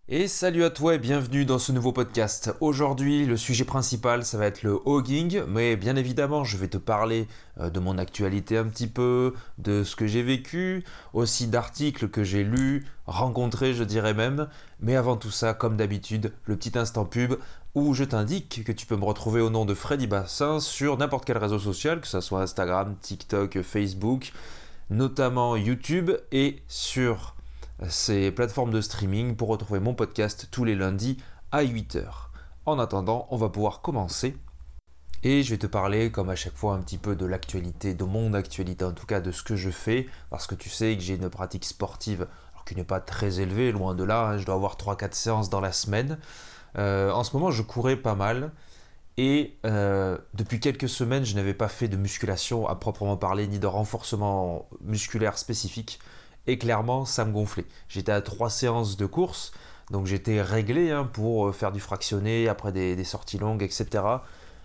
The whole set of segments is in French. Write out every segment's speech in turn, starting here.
Et salut à toi et bienvenue dans ce nouveau podcast. Aujourd'hui, le sujet principal, ça va être le hogging, mais bien évidemment, je vais te parler de mon actualité un petit peu, de ce que j'ai vécu, aussi d'articles que j'ai lus, rencontrés, je dirais même. Mais avant tout ça, comme d'habitude, le petit instant pub où je t'indique que tu peux me retrouver au nom de Freddy Bassin sur n'importe quel réseau social, que ce soit Instagram, TikTok, Facebook, notamment YouTube et sur ces plateformes de streaming pour retrouver mon podcast tous les lundis à 8h. En attendant, on va pouvoir commencer et je vais te parler comme à chaque fois un petit peu de l'actualité, de mon actualité en tout cas, de ce que je fais, parce que tu sais que j'ai une pratique sportive alors qui n'est pas très élevée, loin de là, hein, je dois avoir 3-4 séances dans la semaine. En ce moment je courais pas mal et depuis quelques semaines je n'avais pas fait de musculation à proprement parler, ni de renforcement musculaire spécifique. Et clairement, ça me gonflait. J'étais à 3 séances de course, donc j'étais réglé pour faire du fractionné après des sorties longues, etc.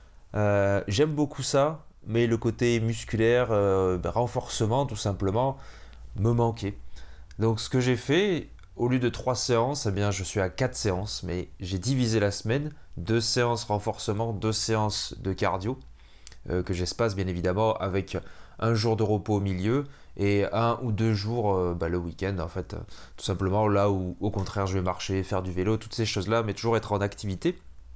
J'aime beaucoup ça, mais le côté musculaire, renforcement tout simplement, me manquait. Donc ce que j'ai fait, au lieu de 3 séances, eh bien, je suis à 4 séances, mais j'ai divisé la semaine, 2 séances renforcement, 2 séances de cardio, que j'espace bien évidemment avec un jour de repos au milieu et 1 ou 2 jours le week-end en fait, tout simplement là où au contraire je vais marcher, faire du vélo, toutes ces choses là, mais toujours être en activité.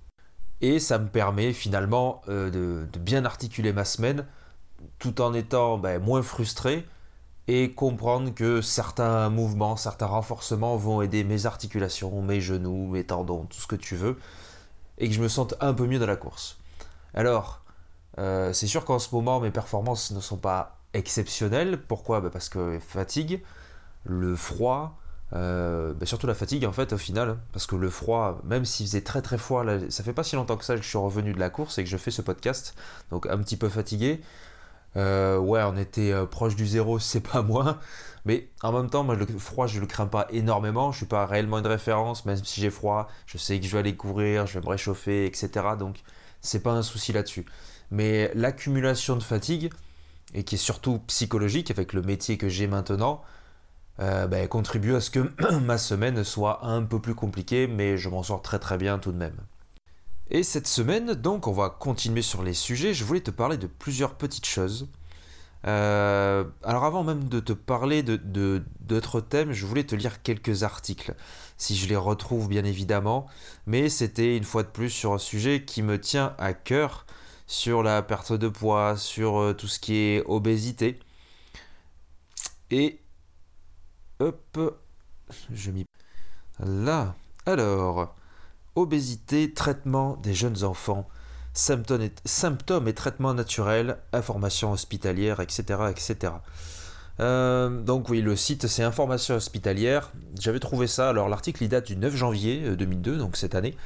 Et ça me permet finalement de bien articuler ma semaine tout en étant moins frustré et comprendre que certains mouvements, certains renforcements vont aider mes articulations, mes genoux, mes tendons, tout ce que tu veux, et que je me sente un peu mieux dans la course. Alors, c'est sûr qu'en ce moment, mes performances ne sont pas exceptionnelles. Pourquoi ? Parce que fatigue, le froid, surtout la fatigue en fait au final. Parce que le froid, même s'il faisait très très froid, là, ça fait pas si longtemps que ça que je suis revenu de la course et que je fais ce podcast. Donc un petit peu fatigué. On était proche du zéro, c'est pas moins. Mais en même temps, moi, le froid, je le crains pas énormément. Je suis pas réellement une référence, même si j'ai froid. Je sais que je vais aller courir, je vais me réchauffer, etc. Donc c'est pas un souci là-dessus. Mais l'accumulation de fatigue, et qui est surtout psychologique avec le métier que j'ai maintenant, contribue à ce que ma semaine soit un peu plus compliquée, mais je m'en sors très très bien tout de même. Et cette semaine, donc, on va continuer sur les sujets. Je voulais te parler de plusieurs petites choses. Alors avant même de te parler d'autres thèmes, je voulais te lire quelques articles, si je les retrouve bien évidemment, mais c'était une fois de plus sur un sujet qui me tient à cœur, sur la perte de poids, sur tout ce qui est obésité. Et hop, je m'y... Là, alors, obésité, traitement des jeunes enfants, symptômes et traitements naturels, informations hospitalières, etc. etc. Donc oui, le site c'est Information Hospitalière. J'avais trouvé ça, alors l'article il date du 9 janvier 2002, donc cette année.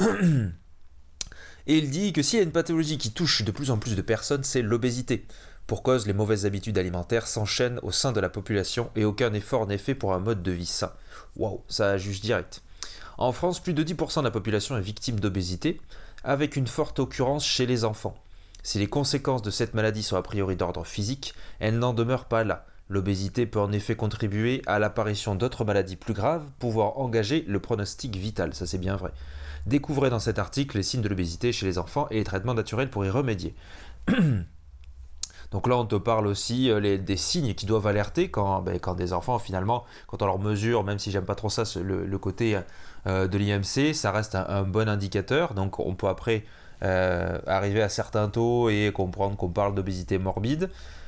Et il dit que s'il y a une pathologie qui touche de plus en plus de personnes, c'est l'obésité. Pour cause, les mauvaises habitudes alimentaires s'enchaînent au sein de la population et aucun effort n'est fait pour un mode de vie sain. Waouh, ça juge direct. En France, plus de 10% de la population est victime d'obésité, avec une forte occurrence chez les enfants. Si les conséquences de cette maladie sont a priori d'ordre physique, elles n'en demeurent pas là. L'obésité peut en effet contribuer à l'apparition d'autres maladies plus graves, pouvant engager le pronostic vital, ça c'est bien vrai. Découvrez dans cet article les signes de l'obésité chez les enfants et les traitements naturels pour y remédier. Donc là, on te parle aussi des signes qui doivent alerter quand des enfants, finalement, quand on leur mesure, même si j'aime pas trop ça, le côté de l'IMC, ça reste un bon indicateur. Donc on peut après arriver à certains taux et comprendre qu'on parle d'obésité morbide.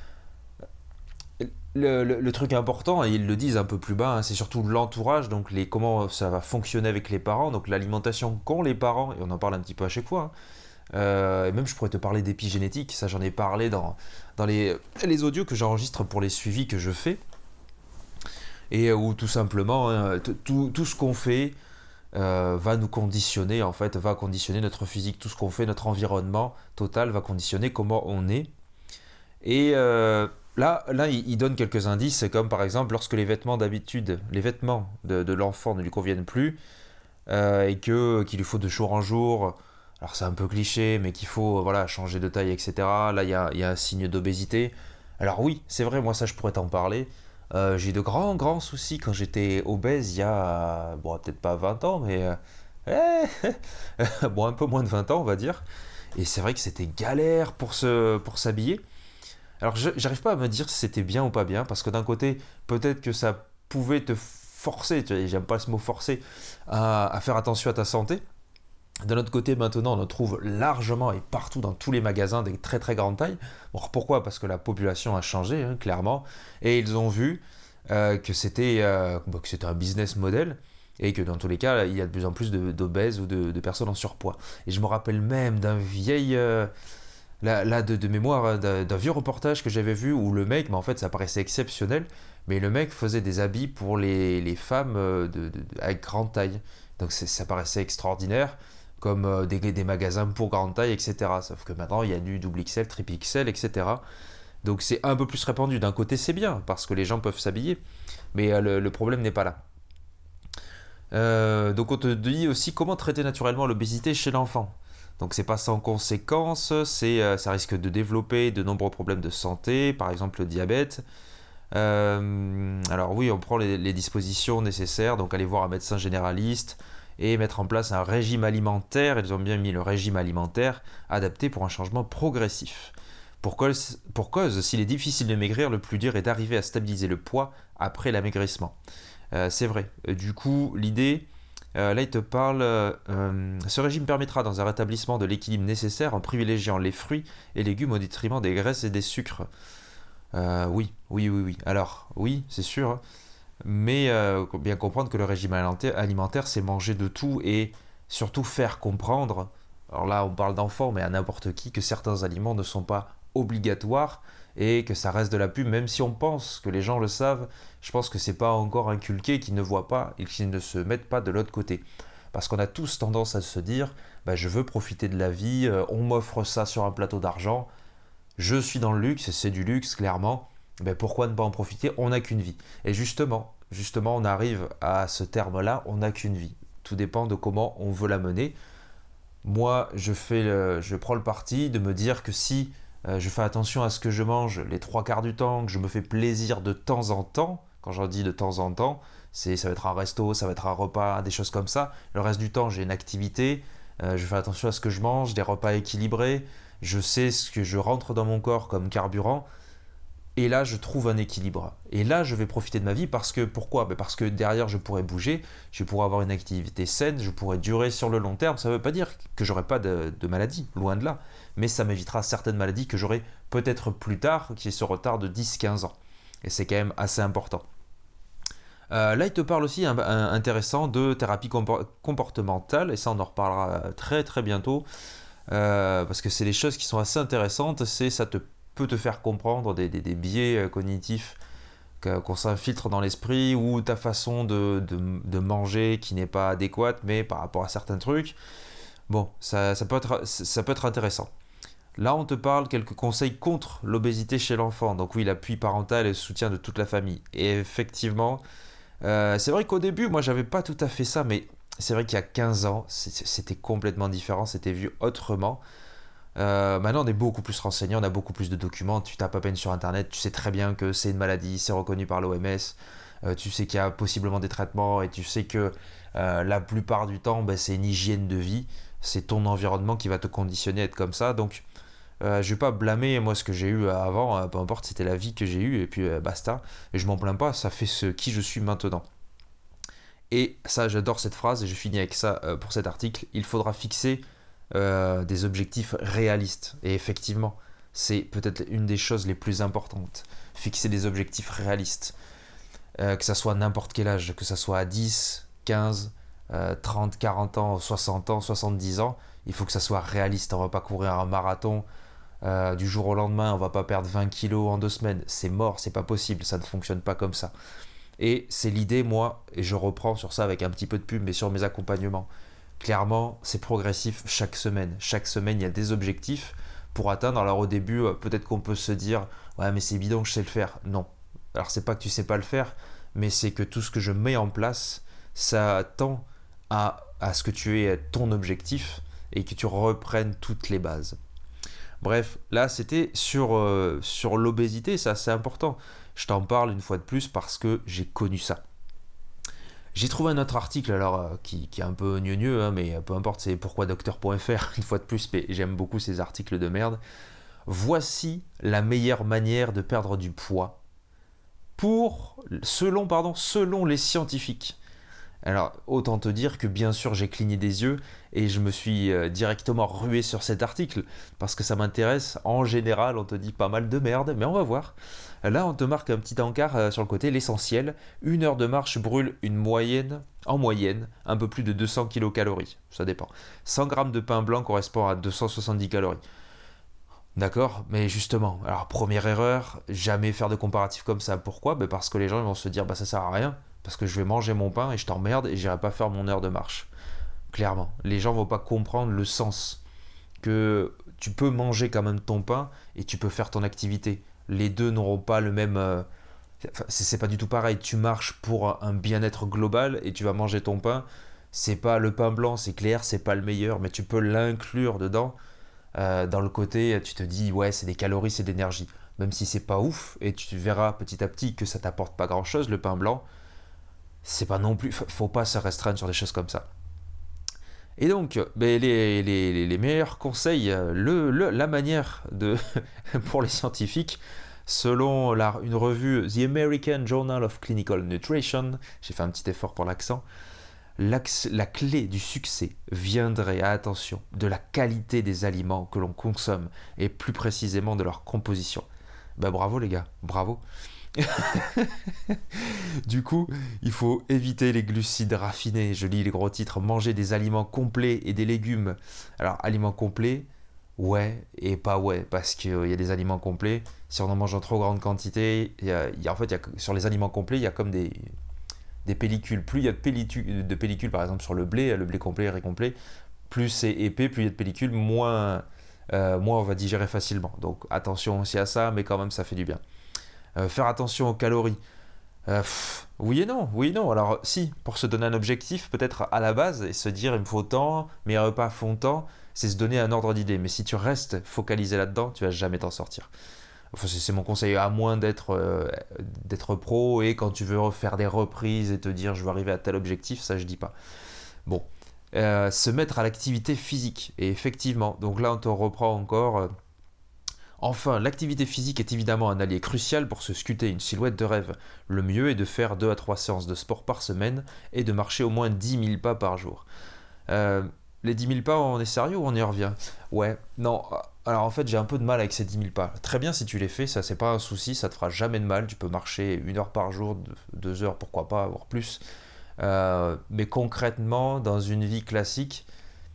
Le truc important, et ils le disent un peu plus bas, c'est surtout l'entourage, donc comment ça va fonctionner avec les parents, donc l'alimentation qu'ont les parents, et on en parle un petit peu à chaque fois. Et même je pourrais te parler d'épigénétique, ça j'en ai parlé dans les audios que j'enregistre pour les suivis que je fais. Et où tout simplement, tout ce qu'on fait va nous conditionner, en fait, va conditionner notre physique. Tout ce qu'on fait, notre environnement total va conditionner comment on est. Et là, il donne quelques indices, comme par exemple lorsque les vêtements d'habitude, les vêtements de l'enfant ne lui conviennent plus, et qu'il lui faut de jour en jour, alors c'est un peu cliché, mais qu'il faut changer de taille, etc. Là, il y a un signe d'obésité. Alors oui, c'est vrai, moi ça je pourrais t'en parler. J'ai eu de grands soucis quand j'étais obèse il y a, bon, peut-être pas 20 ans, mais bon, un peu moins de 20 ans, on va dire. Et c'est vrai que c'était galère pour s'habiller. Alors, j'arrive pas à me dire si c'était bien ou pas bien, parce que d'un côté, peut-être que ça pouvait te forcer, tu vois, j'aime pas ce mot forcer, à faire attention à ta santé. De l'autre côté, maintenant, on en trouve largement et partout dans tous les magasins des très très grandes tailles. Bon, pourquoi? Parce que la population a changé, hein, clairement, et ils ont vu que c'était un business model et que dans tous les cas, il y a de plus en plus d'obèses ou de personnes en surpoids. Et je me rappelle même d'un vieil, de mémoire, hein, d'un vieux reportage que j'avais vu où le mec, mais en fait ça paraissait exceptionnel, mais le mec faisait des habits pour les femmes avec grande taille. Donc ça paraissait extraordinaire, comme des magasins pour grande taille, etc. Sauf que maintenant il y a du double XL, triple XL, etc. Donc c'est un peu plus répandu. D'un côté c'est bien, parce que les gens peuvent s'habiller, mais le problème n'est pas là. Donc on te dit aussi comment traiter naturellement l'obésité chez l'enfant. Donc c'est pas sans conséquence, ça risque de développer de nombreux problèmes de santé, par exemple le diabète. Alors oui, on prend les dispositions nécessaires, donc aller voir un médecin généraliste et mettre en place un régime alimentaire. Ils ont bien mis le régime alimentaire adapté pour un changement progressif. Pour cause, s'il est difficile de maigrir, le plus dur est d'arriver à stabiliser le poids après l'amaigrissement. C'est vrai. Du coup, l'idée, là, il te parle. Ce régime permettra dans un rétablissement de l'équilibre nécessaire en privilégiant les fruits et légumes au détriment des graisses et des sucres. Oui. Alors, oui, c'est sûr, hein. Mais bien comprendre que le régime alimentaire, c'est manger de tout et surtout faire comprendre. Alors là, on parle d'enfants, mais à n'importe qui, que certains aliments ne sont pas obligatoires et que ça reste de la pub, même si on pense que les gens le savent. Je pense que c'est pas encore inculqué, qu'ils ne voient pas et qu'ils ne se mettent pas de l'autre côté. Parce qu'on a tous tendance à se dire, bah, je veux profiter de la vie, on m'offre ça sur un plateau d'argent, je suis dans le luxe et c'est du luxe, clairement. Ben pourquoi ne pas en profiter? On n'a qu'une vie. Et justement, on arrive à ce terme-là, on n'a qu'une vie. Tout dépend de comment on veut la mener. Moi, je prends le parti de me dire que si je fais attention à ce que je mange les trois quarts du temps, que je me fais plaisir de temps en temps, quand j'en dis de temps en temps, ça va être un resto, ça va être un repas, des choses comme ça. Le reste du temps, j'ai une activité, je fais attention à ce que je mange, des repas équilibrés, je sais ce que je rentre dans mon corps comme carburant, et là je trouve un équilibre. Et là je vais profiter de ma vie parce que, pourquoi? Parce que derrière je pourrais bouger, je pourrais avoir une activité saine, je pourrais durer sur le long terme. Ça ne veut pas dire que j'aurai pas de maladie, loin de là, mais ça m'évitera certaines maladies que j'aurai peut-être plus tard, qui se retardent de 10-15 ans. Et c'est quand même assez important. Là, il te parle aussi intéressant de thérapie comportementale, et ça on en reparlera très très bientôt. Parce que c'est des choses qui sont assez intéressantes, ça peut te faire comprendre des biais cognitifs qu'on s'infiltre dans l'esprit, ou ta façon de manger qui n'est pas adéquate, mais par rapport à certains trucs. Bon, ça peut être intéressant. Là, on te parle quelques conseils contre l'obésité chez l'enfant. Donc oui, l'appui parental et le soutien de toute la famille. Et effectivement, c'est vrai qu'au début, moi, j'avais pas tout à fait ça, mais c'est vrai qu'il y a 15 ans, c'était complètement différent, c'était vu autrement. Maintenant, on est beaucoup plus renseigné, on a beaucoup plus de documents. Tu tapes à peine sur Internet, tu sais très bien que c'est une maladie, c'est reconnu par l'OMS. Tu sais qu'il y a possiblement des traitements et tu sais que la plupart du temps, ben, c'est une hygiène de vie. C'est ton environnement qui va te conditionner à être comme ça. Donc, je ne vais pas blâmer moi ce que j'ai eu avant, peu importe, c'était la vie que j'ai eue et puis basta. Et je m'en plains pas, ça fait qui je suis maintenant. Et ça, j'adore cette phrase et je finis avec ça pour cet article. Il faudra fixer des objectifs réalistes. Et effectivement, c'est peut-être une des choses les plus importantes. Fixer des objectifs réalistes. Que ça soit à n'importe quel âge, que ça soit à 10, 15, 30, 40 ans, 60 ans, 70 ans, il faut que ça soit réaliste. On ne va pas courir un marathon du jour au lendemain, on ne va pas perdre 20 kilos en 2 semaines. C'est mort, c'est pas possible, ça ne fonctionne pas comme ça. Et c'est l'idée, moi, et je reprends sur ça avec un petit peu de pub, mais sur mes accompagnements. Clairement, c'est progressif chaque semaine. Chaque semaine, il y a des objectifs pour atteindre. Alors au début, peut-être qu'on peut se dire « Ouais, mais c'est bidon, je sais le faire. » Non. Alors c'est pas que tu sais pas le faire, mais c'est que tout ce que je mets en place, ça tend à ce que tu aies ton objectif et que tu reprennes toutes les bases. Bref, là c'était sur l'obésité, c'est assez important. Je t'en parle une fois de plus parce que j'ai connu ça. J'ai trouvé un autre article alors qui est un peu gneugneux, hein, mais peu importe, c'est pourquoidocteur.fr, une fois de plus, mais j'aime beaucoup ces articles de merde. Voici la meilleure manière de perdre du poids selon les scientifiques. Alors, autant te dire que bien sûr, j'ai cligné des yeux et je me suis directement rué sur cet article parce que ça m'intéresse. En général, on te dit pas mal de merde, mais on va voir. Là, on te marque un petit encart sur le côté, l'essentiel. 1 heure de marche brûle en moyenne, un peu plus de 200 kilocalories. Ça dépend. 100 grammes de pain blanc correspond à 270 calories. D'accord, mais justement, alors première erreur, jamais faire de comparatif comme ça. Pourquoi? Parce que les gens ils vont se dire, ça sert à rien, parce que je vais manger mon pain et je t'emmerde et j'irai pas faire mon heure de marche. Clairement, les gens vont pas comprendre le sens que tu peux manger quand même ton pain et tu peux faire ton activité. Les deux n'auront pas le même... c'est pas du tout pareil, tu marches pour un bien-être global et tu vas manger ton pain. C'est pas le pain blanc, c'est clair, c'est pas le meilleur, mais tu peux l'inclure dedans. Dans le côté, tu te dis, ouais, c'est des calories, c'est de l'énergie. Même si c'est pas ouf, et tu verras petit à petit que ça t'apporte pas grand chose, le pain blanc, c'est pas non plus. Faut pas se restreindre sur des choses comme ça. Et donc, les meilleurs conseils, la manière de pour les scientifiques, selon une revue The American Journal of Clinical Nutrition, j'ai fait un petit effort pour l'accent, la clé du succès viendrait, attention, de la qualité des aliments que l'on consomme et plus précisément de leur composition. Bravo les gars, bravo. Du coup, il faut éviter les glucides raffinés. Je lis les gros titres, manger des aliments complets et des légumes. Alors, aliments complets, ouais et pas ouais, parce qu'il y a des aliments complets. Si on en mange en trop grande quantité, sur les aliments complets, il y a comme des pellicules. Plus il y a de pellicules, par exemple sur le blé complet, riz complet, plus c'est épais, plus il y a de pellicules, moins on va digérer facilement. Donc attention aussi à ça, mais quand même ça fait du bien. Faire attention aux calories. Oui et non. Alors si, pour se donner un objectif, peut-être à la base, et se dire il me faut tant, mes repas font tant, c'est se donner un ordre d'idée. Mais si tu restes focalisé là-dedans, tu vas jamais t'en sortir. Enfin, c'est mon conseil, à moins d'être pro et quand tu veux refaire des reprises et te dire je veux arriver à tel objectif, ça je dis pas. Bon, se mettre à l'activité physique. Et effectivement, donc là on te reprend encore. Enfin, l'activité physique est évidemment un allié crucial pour se sculpter une silhouette de rêve. Le mieux est de faire 2 à 3 séances de sport par semaine et de marcher au moins 10 000 pas par jour. Les 10 000 pas, on est sérieux ou on y revient? Ouais, non. Alors en fait, j'ai un peu de mal avec ces 10 000 pas. Très bien si tu les fais, ça c'est pas un souci, ça te fera jamais de mal. Tu peux marcher 1 heure par jour, 2 heures, pourquoi pas, voire plus. Mais concrètement, dans une vie classique,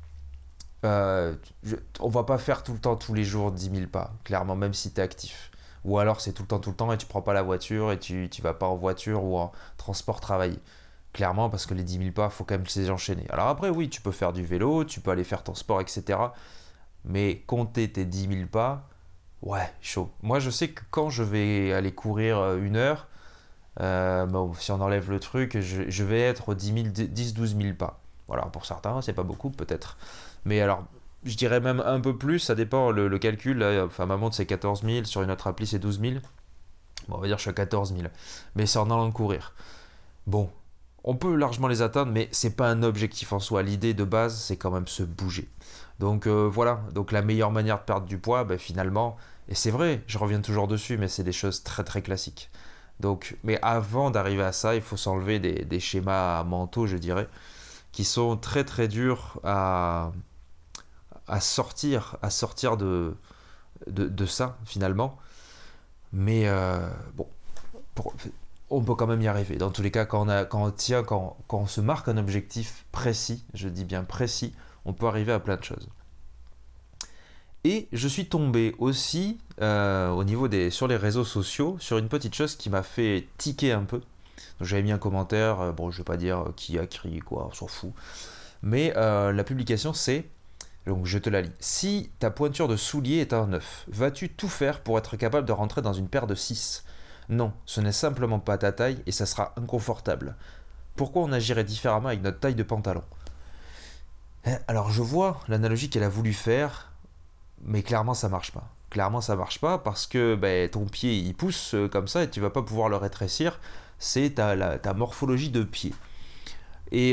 on va pas faire tout le temps, tous les jours 10 000 pas, clairement, même si tu es actif. Ou alors c'est tout le temps et tu prends pas la voiture et tu vas pas en voiture ou en transport travailler. Clairement, parce que les 10 000 pas, faut quand même les enchaîner. Alors après, oui, tu peux faire du vélo, tu peux aller faire ton sport, etc. Mais compter tes 10 000 pas, ouais, chaud. Moi, je sais que quand je vais aller courir 1 heure, si on enlève le truc, je vais être aux 10-12 000 pas. Voilà, pour certains, c'est pas beaucoup peut-être. Mais alors, je dirais même un peu plus, ça dépend, le calcul, là, enfin ma montre c'est 14 000, sur une autre appli c'est 12 000. Bon, on va dire que je suis à 14 000. Mais c'est en allant courir. Bon, on peut largement les atteindre, mais c'est pas un objectif en soi. L'idée de base, c'est quand même se bouger. Donc voilà, donc la meilleure manière de perdre du poids, finalement, et c'est vrai, je reviens toujours dessus, mais c'est des choses très très classiques. Donc, mais avant d'arriver à ça, il faut s'enlever des schémas mentaux, je dirais, qui sont très très durs à sortir de ça finalement. Mais bon, on peut quand même y arriver. Dans tous les cas, quand on se marque un objectif précis, je dis bien précis, on peut arriver à plein de choses. Et je suis tombé aussi sur les réseaux sociaux sur une petite chose qui m'a fait tiquer un peu. Donc, j'avais mis un commentaire, bon je vais pas dire qui a crié quoi, on s'en fout. Mais la publication c'est, donc je te la lis. Si ta pointure de soulier est un 9, vas-tu tout faire pour être capable de rentrer dans une paire de 6? Non, ce n'est simplement pas ta taille et ça sera inconfortable. Pourquoi on agirait différemment avec notre taille de pantalon? Alors je vois l'analogie qu'elle a voulu faire, mais clairement ça marche pas. clairement ça marche pas parce que ton pied il pousse comme ça et tu vas pas pouvoir le rétrécir. C'est ta morphologie de pied. Et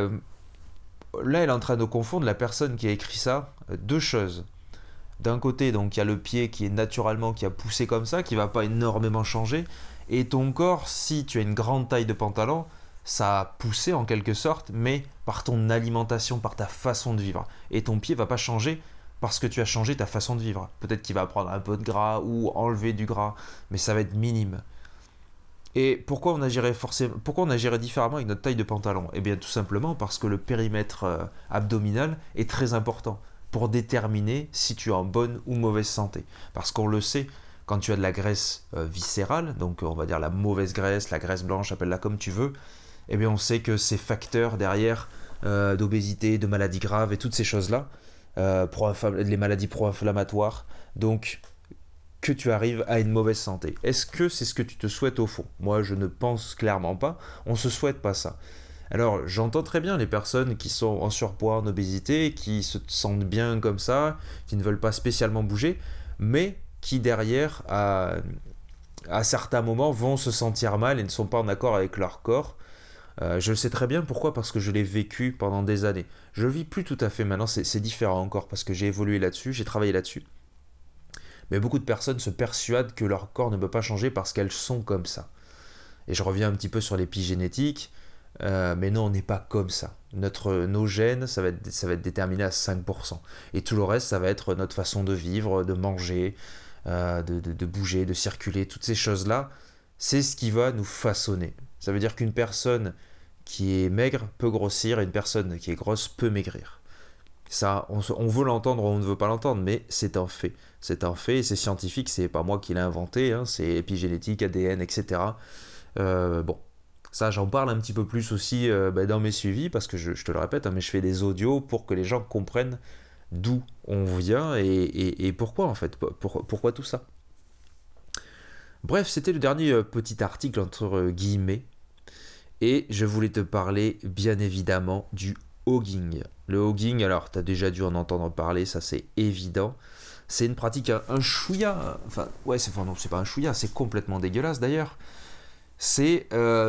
là, elle est en train de confondre la personne qui a écrit ça, deux choses. D'un côté, donc il y a le pied qui est naturellement, qui a poussé comme ça, qui va pas énormément changer. Et ton corps, si tu as une grande taille de pantalon, ça a poussé en quelque sorte, mais par ton alimentation, par ta façon de vivre. Et ton pied va pas changer parce que tu as changé ta façon de vivre. Peut-être qu'il va prendre un peu de gras ou enlever du gras, mais ça va être minime. Et pourquoi on agirait différemment avec notre taille de pantalon? Eh bien tout simplement parce que le périmètre abdominal est très important pour déterminer si tu es en bonne ou mauvaise santé. Parce qu'on le sait, quand tu as de la graisse viscérale, donc on va dire la mauvaise graisse, la graisse blanche, appelle-la comme tu veux, eh bien on sait que ces facteurs derrière d'obésité, de maladies graves et toutes ces choses-là, les maladies pro-inflammatoires, donc que tu arrives à une mauvaise santé. Est-ce que c'est ce que tu te souhaites au fond? Moi, je ne pense clairement pas. On se souhaite pas ça. Alors, j'entends très bien les personnes qui sont en surpoids, en obésité, qui se sentent bien comme ça, qui ne veulent pas spécialement bouger, mais qui derrière, à certains moments, vont se sentir mal et ne sont pas en accord avec leur corps. Je le sais très bien, pourquoi? Parce que je l'ai vécu pendant des années. Je le vis plus tout à fait maintenant, c'est différent encore, parce que j'ai évolué là-dessus, j'ai travaillé là-dessus. Mais beaucoup de personnes se persuadent que leur corps ne peut pas changer parce qu'elles sont comme ça. Et je reviens un petit peu sur l'épigénétique, mais non, on n'est pas comme ça. Nos gènes, ça va être déterminé à 5%. Et tout le reste, ça va être notre façon de vivre, de manger, de bouger, de circuler, toutes ces choses-là, c'est ce qui va nous façonner. Ça veut dire qu'une personne qui est maigre peut grossir et une personne qui est grosse peut maigrir. Ça, on veut l'entendre ou on ne veut pas l'entendre, mais c'est un fait. C'est un fait et c'est scientifique, c'est pas moi qui l'ai inventé, hein, c'est épigénétique, ADN, etc. Bon, ça j'en parle un petit peu plus aussi dans mes suivis, parce que je te le répète, hein, mais je fais des audios pour que les gens comprennent d'où on vient et pourquoi en fait, pourquoi tout ça. Bref, c'était le dernier petit article entre guillemets, et je voulais te parler bien évidemment du hogging. Le hogging, alors tu as déjà dû en entendre parler, ça c'est évident. C'est une pratique un chouïa, enfin ouais, non, c'est pas un chouïa, c'est complètement dégueulasse d'ailleurs. C'est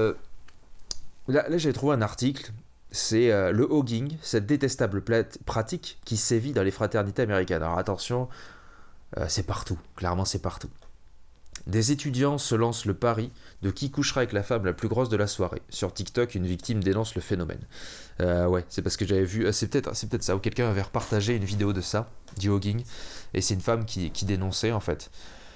là j'ai trouvé un article, c'est le hogging, cette détestable pratique qui sévit dans les fraternités américaines. Alors attention, c'est partout, clairement c'est partout. Des étudiants se lancent le pari de qui couchera avec la femme la plus grosse de la soirée. Sur TikTok, une victime dénonce le phénomène. Ouais, c'est parce que j'avais vu, c'est peut-être ça, ou quelqu'un avait repartagé une vidéo de ça, du hogging, et c'est une femme qui dénonçait en fait.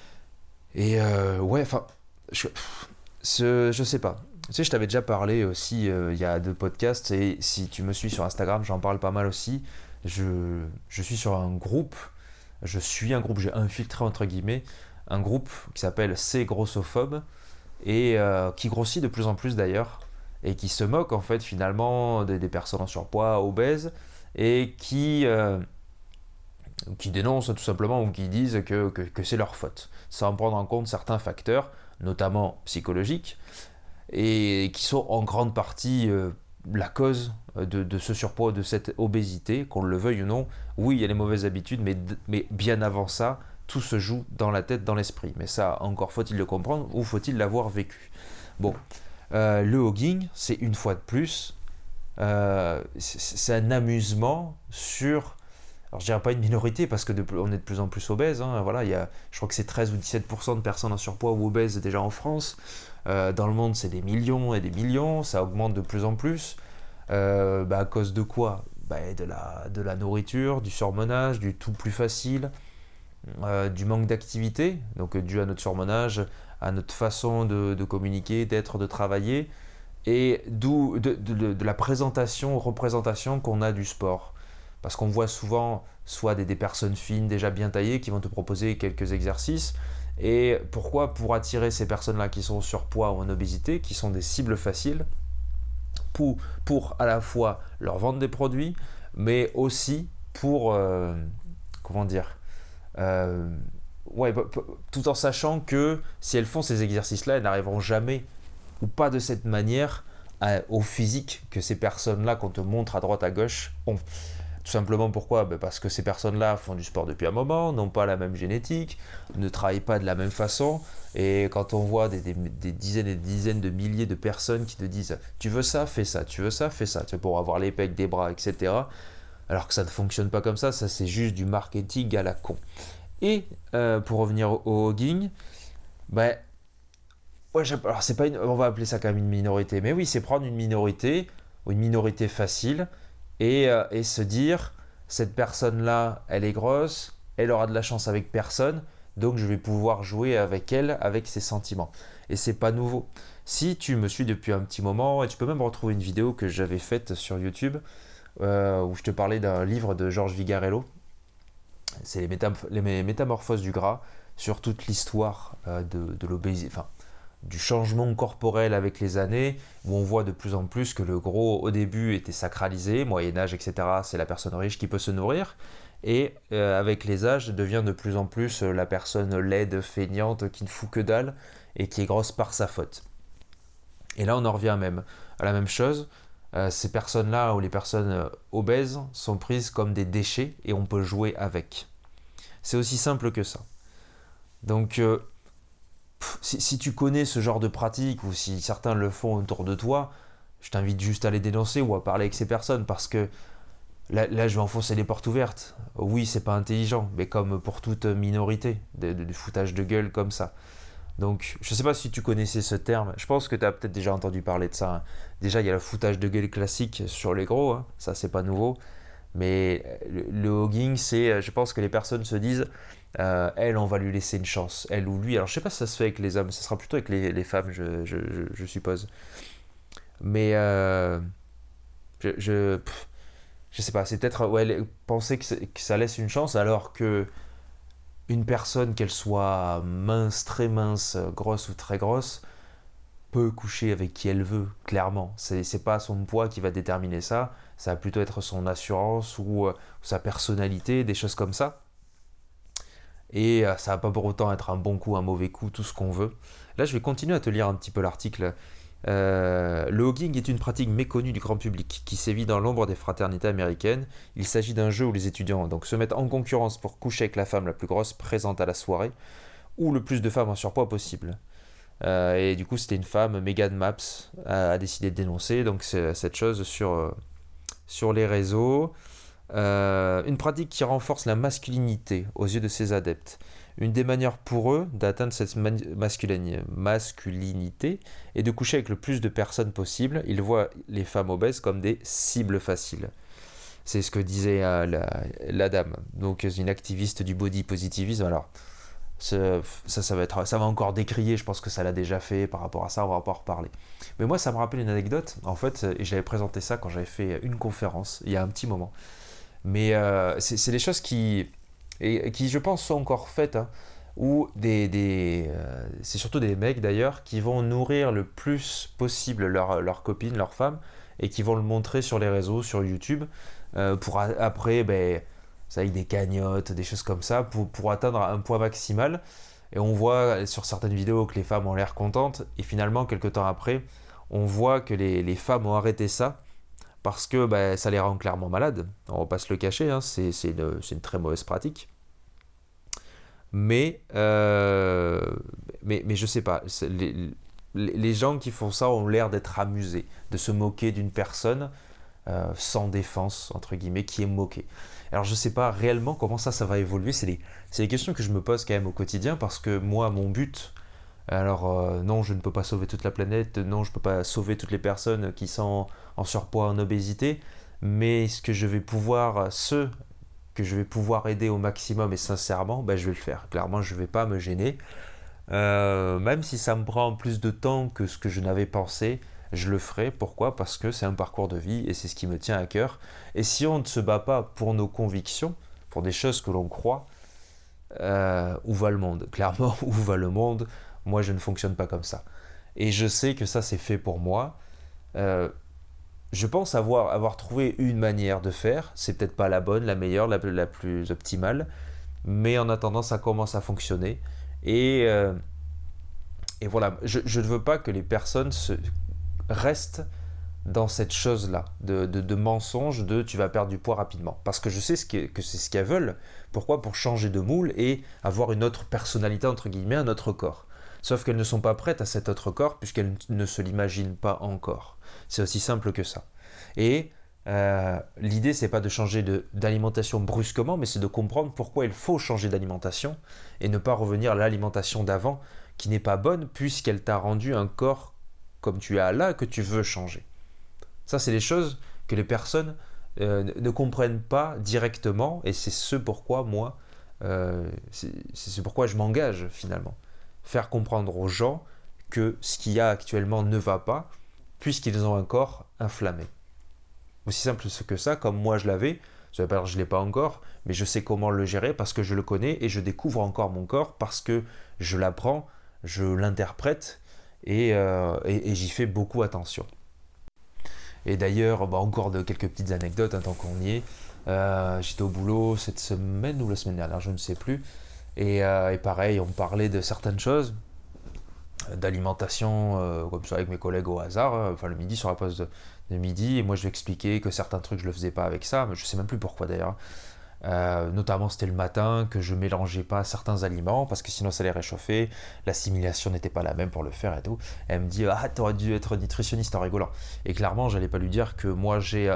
Et ouais, enfin, je sais pas. Tu sais, je t'avais déjà parlé aussi il y a deux podcasts, et si tu me suis sur Instagram, j'en parle pas mal aussi. Je suis sur un groupe, j'ai infiltré entre guillemets, un groupe qui s'appelle C'est Grossophobe, et qui grossit de plus en plus d'ailleurs, et qui se moque en fait finalement des personnes en surpoids, obèses, et qui dénoncent tout simplement ou qui disent que c'est leur faute, sans prendre en compte certains facteurs, notamment psychologiques, et qui sont en grande partie la cause de ce surpoids, de cette obésité, qu'on le veuille ou non. Oui, il y a les mauvaises habitudes, mais bien avant ça, tout se joue dans la tête, dans l'esprit. Mais ça, encore faut-il le comprendre ou faut-il l'avoir vécu. Bon, le hogging, c'est une fois de plus, c'est un amusement sur... Alors je dirais pas une minorité parce que on est de plus en plus obèses, hein, voilà, je crois que c'est 13 ou 17% de personnes en surpoids ou obèses déjà en France. Dans le monde, c'est des millions et des millions, ça augmente de plus en plus. À cause de quoi? De la nourriture, du surmenage, du tout plus facile, du manque d'activité, donc dû à notre surmenage, à notre façon de communiquer, d'être, de travailler, et d'où de la représentation qu'on a du sport. Parce qu'on voit souvent soit des personnes fines déjà bien taillées qui vont te proposer quelques exercices. Et pourquoi? Pour attirer ces personnes-là qui sont en surpoids ou en obésité, qui sont des cibles faciles, pour à la fois leur vendre des produits, mais aussi pour, tout en sachant que si elles font ces exercices-là, elles n'arriveront jamais, ou pas de cette manière, au physique que ces personnes-là qu'on te montre à droite à gauche ont. Tout simplement pourquoi? Parce que ces personnes-là font du sport depuis un moment, n'ont pas la même génétique, ne travaillent pas de la même façon. Et quand on voit des dizaines et des dizaines de milliers de personnes qui te disent tu veux ça, fais ça, tu veux ça, fais ça, tu vois, pour avoir les pecs, des bras, etc. Alors que ça ne fonctionne pas comme ça c'est juste du marketing à la con. Et pour revenir au hogging, ben, ouais, alors c'est pas on va appeler ça quand même une minorité, mais oui, c'est prendre une minorité, ou une minorité facile, et se dire, cette personne-là, elle est grosse, elle aura de la chance avec personne, donc je vais pouvoir jouer avec elle, avec ses sentiments. Et c'est pas nouveau. Si tu me suis depuis un petit moment, et tu peux même retrouver une vidéo que j'avais faite sur YouTube, où je te parlais d'un livre de Georges Vigarello, c'est les métamorphoses du gras, sur toute l'histoire de l'obésité, enfin, du changement corporel avec les années, où on voit de plus en plus que le gros au début était sacralisé, Moyen-Âge, etc. C'est la personne riche qui peut se nourrir, et avec les âges devient de plus en plus la personne laide, feignante, qui ne fout que dalle, et qui est grosse par sa faute. Et là on en revient même à la même chose, ces personnes-là, ou les personnes obèses, sont prises comme des déchets, et on peut jouer avec. C'est aussi simple que ça. Donc si tu connais ce genre de pratique, ou si certains le font autour de toi, je t'invite juste à les dénoncer ou à parler avec ces personnes, parce que là je vais enfoncer les portes ouvertes. Oui, c'est pas intelligent, mais comme pour toute minorité, du foutage de gueule comme ça. Donc, je sais pas si tu connaissais ce terme, je pense que tu as peut-être déjà entendu parler de ça, hein. Déjà, il y a le foutage de gueule classique sur les gros, hein. Ça c'est pas nouveau. Mais le hogging, c'est, je pense que les personnes se disent, elle, on va lui laisser une chance, elle ou lui. Alors, je sais pas si ça se fait avec les hommes, ça sera plutôt avec les femmes, je suppose. Mais je sais pas, c'est peut-être ouais, penser que ça laisse une chance, alors que une personne, qu'elle soit mince, très mince, grosse ou très grosse, peut coucher avec qui elle veut, clairement. C'est pas son poids qui va déterminer ça, ça va plutôt être son assurance ou sa personnalité, des choses comme ça. Et ça va pas pour autant être un bon coup, un mauvais coup, tout ce qu'on veut. Là, je vais continuer à te lire un petit peu l'article. Le hogging est une pratique méconnue du grand public qui sévit dans l'ombre des fraternités américaines. Il s'agit d'un jeu où les étudiants donc, se mettent en concurrence pour coucher avec la femme la plus grosse présente à la soirée ou le plus de femmes en surpoids possible. Et du coup, c'était une femme, Megan Maps, a décidé de dénoncer donc, cette chose sur les réseaux. Une pratique qui renforce la masculinité aux yeux de ses adeptes. Une des manières pour eux d'atteindre cette masculinité est de coucher avec le plus de personnes possible. Ils voient les femmes obèses comme des cibles faciles. C'est ce que disait la dame. Donc, une activiste du body positivisme. Alors, ça va encore décrier, je pense que ça l'a déjà fait par rapport à ça, on va pas en reparler. Mais moi, ça me rappelle une anecdote, en fait, et j'avais présenté ça quand j'avais fait une conférence, il y a un petit moment. Mais c'est des choses qui, je pense, sont encore faites, hein, où c'est surtout des mecs d'ailleurs, qui vont nourrir le plus possible leur copine, leur femme, et qui vont le montrer sur les réseaux, sur YouTube, pour après, ça avec des cagnottes, des choses comme ça, pour atteindre un poids maximal. Et on voit sur certaines vidéos que les femmes ont l'air contentes, et finalement, quelques temps après, on voit que les femmes ont arrêté ça, parce que ça les rend clairement malades. On va pas se le cacher, hein, c'est une très mauvaise pratique. Mais je sais pas, les gens qui font ça ont l'air d'être amusés, de se moquer d'une personne sans défense, entre guillemets, qui est moquée. Alors je sais pas réellement comment ça va évoluer, c'est des questions que je me pose quand même au quotidien, parce que moi, mon but, alors non, je ne peux pas sauver toute la planète, non, je ne peux pas sauver toutes les personnes qui sont en surpoids, en obésité, mais ceux que je vais pouvoir aider au maximum et sincèrement, je vais le faire. Clairement, je ne vais pas me gêner. Même si ça me prend plus de temps que ce que je n'avais pensé, je le ferai. Pourquoi? Parce que c'est un parcours de vie et c'est ce qui me tient à cœur. Et si on ne se bat pas pour nos convictions, pour des choses que l'on croit, où va le monde? Clairement, où va le monde? Moi, je ne fonctionne pas comme ça. Et je sais que ça, c'est fait pour moi. Je pense avoir trouvé une manière de faire. C'est peut-être pas la bonne, la meilleure, la plus optimale. Mais en attendant, ça commence à fonctionner. Et voilà, je ne veux pas que les personnes restent dans cette chose-là, de mensonge, de tu vas perdre du poids rapidement. Parce que je sais que c'est ce qu'elles veulent. Pourquoi? Pour changer de moule et avoir une autre personnalité, entre guillemets, un autre corps. Sauf qu'elles ne sont pas prêtes à cet autre corps puisqu'elles ne se l'imaginent pas encore. C'est aussi simple que ça. Et l'idée, c'est pas de changer d'alimentation brusquement, mais c'est de comprendre pourquoi il faut changer d'alimentation et ne pas revenir à l'alimentation d'avant qui n'est pas bonne puisqu'elle t'a rendu un corps comme tu as là que tu veux changer. Ça, c'est les choses que les personnes ne comprennent pas directement et c'est ce pourquoi moi, c'est pourquoi je m'engage finalement. Faire comprendre aux gens que ce qu'il y a actuellement ne va pas puisqu'ils ont un corps inflammé. Aussi simple que ça, comme moi je l'avais, ça veut pas dire que je ne l'ai pas encore, mais je sais comment le gérer parce que je le connais et je découvre encore mon corps parce que je l'apprends, je l'interprète et j'y fais beaucoup attention. Et d'ailleurs, encore quelques petites anecdotes tant qu'on y est. J'étais au boulot cette semaine ou la semaine dernière, je ne sais plus. Et pareil, on parlait de certaines choses, d'alimentation, comme ça avec mes collègues au hasard, le midi sur la pause de midi. Et moi, je lui expliquais que certains trucs, je le faisais pas avec ça, mais je sais même plus pourquoi d'ailleurs. Notamment c'était le matin que je mélangeais pas certains aliments parce que sinon ça les réchauffait, l'assimilation n'était pas la même pour le faire et tout. Et elle me dit t'aurais dû être nutritionniste en rigolant. Et clairement j'allais pas lui dire que moi j'ai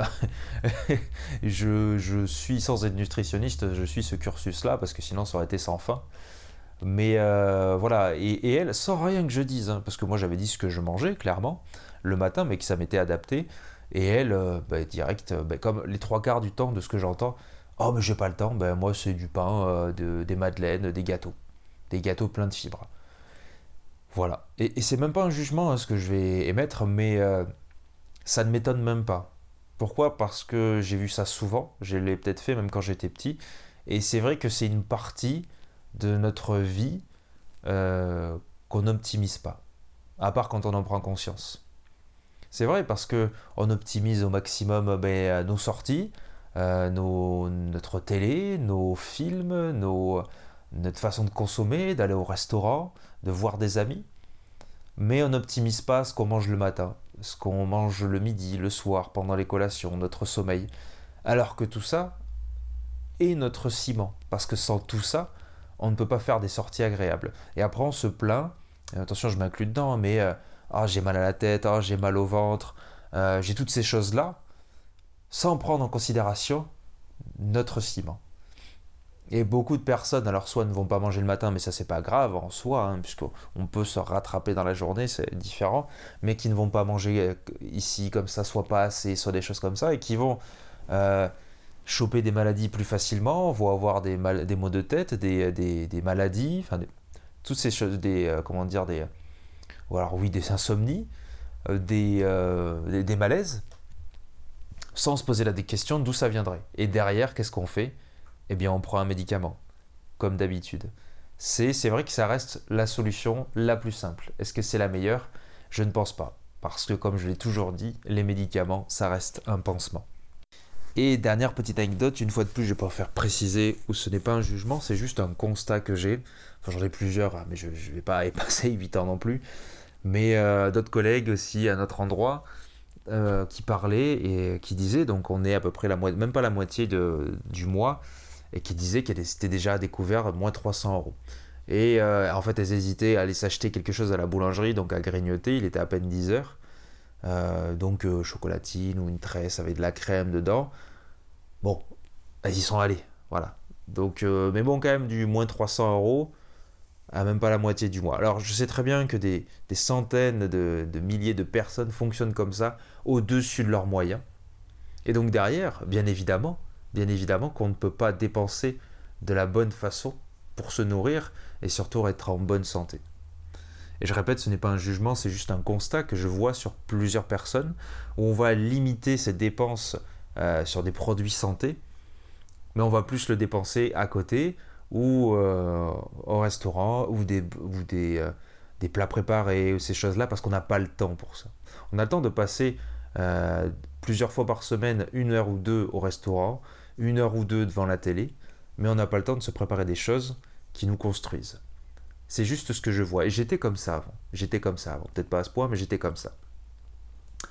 je suis sans être nutritionniste, je suis ce cursus là parce que sinon ça aurait été sans fin. Mais voilà, et elle, sans rien que je dise, parce que moi j'avais dit ce que je mangeais clairement le matin, mais que ça m'était adapté. Et elle, direct, comme les trois quarts du temps de ce que j'entends, oh mais j'ai pas le temps, moi c'est du pain, des madeleines, des gâteaux pleins de fibres. Voilà. Et c'est même pas un jugement ce que je vais émettre, mais ça ne m'étonne même pas. Pourquoi? Parce que j'ai vu ça souvent, je l'ai peut-être fait même quand j'étais petit, et c'est vrai que c'est une partie de notre vie qu'on n'optimise pas, à part quand on en prend conscience. C'est vrai parce que on optimise au maximum nos sorties, notre télé, nos films, notre façon de consommer, d'aller au restaurant, de voir des amis. Mais on n'optimise pas ce qu'on mange le matin, ce qu'on mange le midi, le soir, pendant les collations, notre sommeil. Alors que tout ça est notre ciment. Parce que sans tout ça, on ne peut pas faire des sorties agréables. Et après, on se plaint, et attention, je m'inclus dedans, mais j'ai mal à la tête, j'ai mal au ventre, j'ai toutes ces choses-là, sans prendre en considération notre ciment. Et beaucoup de personnes, alors soit ne vont pas manger le matin, mais ça c'est pas grave en soi, puisqu'on peut se rattraper dans la journée, c'est différent, mais qui ne vont pas manger ici comme ça, soit pas assez, soit des choses comme ça, et qui vont choper des maladies plus facilement, vont avoir des maux de tête, des maladies, toutes ces choses, des insomnies, des malaises, sans se poser des questions d'où ça viendrait. Et derrière, qu'est-ce qu'on fait? Eh bien, on prend un médicament, comme d'habitude. C'est vrai que ça reste la solution la plus simple. Est-ce que c'est la meilleure? Je ne pense pas. Parce que, comme je l'ai toujours dit, les médicaments, ça reste un pansement. Et dernière petite anecdote, une fois de plus, je vais pas faire préciser où ce n'est pas un jugement, c'est juste un constat que j'ai. Enfin, j'en ai plusieurs, mais je ne vais pas y passer 8 ans non plus. Mais d'autres collègues aussi à notre endroit qui parlaient et qui disaient, donc on est à peu près même pas la moitié du mois, et qui disaient qu'elles étaient déjà découvert moins 300 €. Et en fait, elles hésitaient à aller s'acheter quelque chose à la boulangerie, donc à grignoter, il était à peine 10 heures. Donc chocolatine ou une tresse avec de la crème dedans. Bon, elles y sont allées, voilà. Donc, mais bon, quand même, du moins 300 € à même pas la moitié du mois. Alors, je sais très bien que des centaines de milliers de personnes fonctionnent comme ça, au-dessus de leurs moyens. Et donc derrière, bien évidemment qu'on ne peut pas dépenser de la bonne façon pour se nourrir et surtout être en bonne santé. Et je répète, ce n'est pas un jugement, c'est juste un constat que je vois sur plusieurs personnes où on va limiter ses dépenses sur des produits santé, mais on va plus le dépenser à côté ou au restaurant ou des plats préparés ou ces choses-là parce qu'on n'a pas le temps pour ça. On a le temps de passer plusieurs fois par semaine 1 heure ou 2 au restaurant, 1 heure ou 2 devant la télé, mais on n'a pas le temps de se préparer des choses qui nous construisent. C'est juste ce que je vois. Et j'étais comme ça avant. Peut-être pas à ce point, mais j'étais comme ça.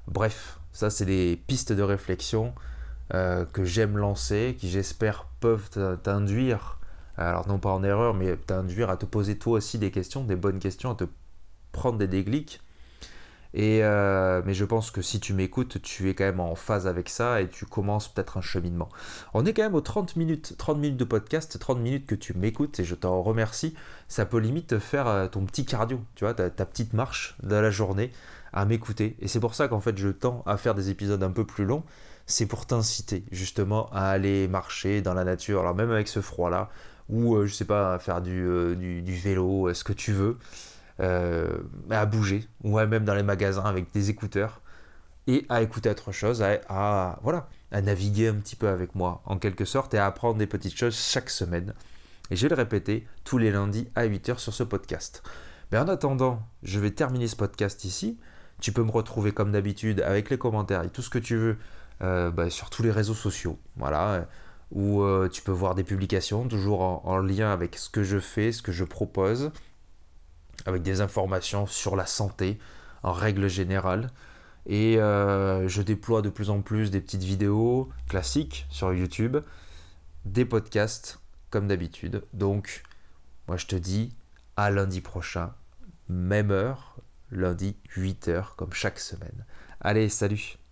Bref, ça c'est des pistes de réflexion que j'aime lancer, qui j'espère peuvent t'induire, alors non pas en erreur, mais t'induire à te poser toi aussi des questions, des bonnes questions, à te prendre des déclics. Mais je pense que si tu m'écoutes, tu es quand même en phase avec ça et tu commences peut-être un cheminement. On est quand même aux 30 minutes de podcast, 30 minutes que tu m'écoutes et je t'en remercie. Ça peut limite te faire ton petit cardio, tu vois, ta petite marche de la journée à m'écouter. Et c'est pour ça qu'en fait je tends à faire des épisodes un peu plus longs. C'est pour t'inciter justement à aller marcher dans la nature, alors même avec ce froid-là, ou je sais pas, à faire du vélo, ce que tu veux à bouger, ou même dans les magasins avec des écouteurs, et à écouter autre chose, voilà, à naviguer un petit peu avec moi, en quelque sorte, et à apprendre des petites choses chaque semaine. Et je vais le répéter tous les lundis à 8h sur ce podcast. Mais en attendant, je vais terminer ce podcast ici. Tu peux me retrouver comme d'habitude avec les commentaires et tout ce que tu veux sur tous les réseaux sociaux. Voilà. Où tu peux voir des publications, toujours en lien avec ce que je fais, ce que je propose, avec des informations sur la santé en règle générale. Et je déploie de plus en plus des petites vidéos classiques sur YouTube, des podcasts comme d'habitude. Donc, moi je te dis à lundi prochain, même heure, lundi 8h comme chaque semaine. Allez, salut!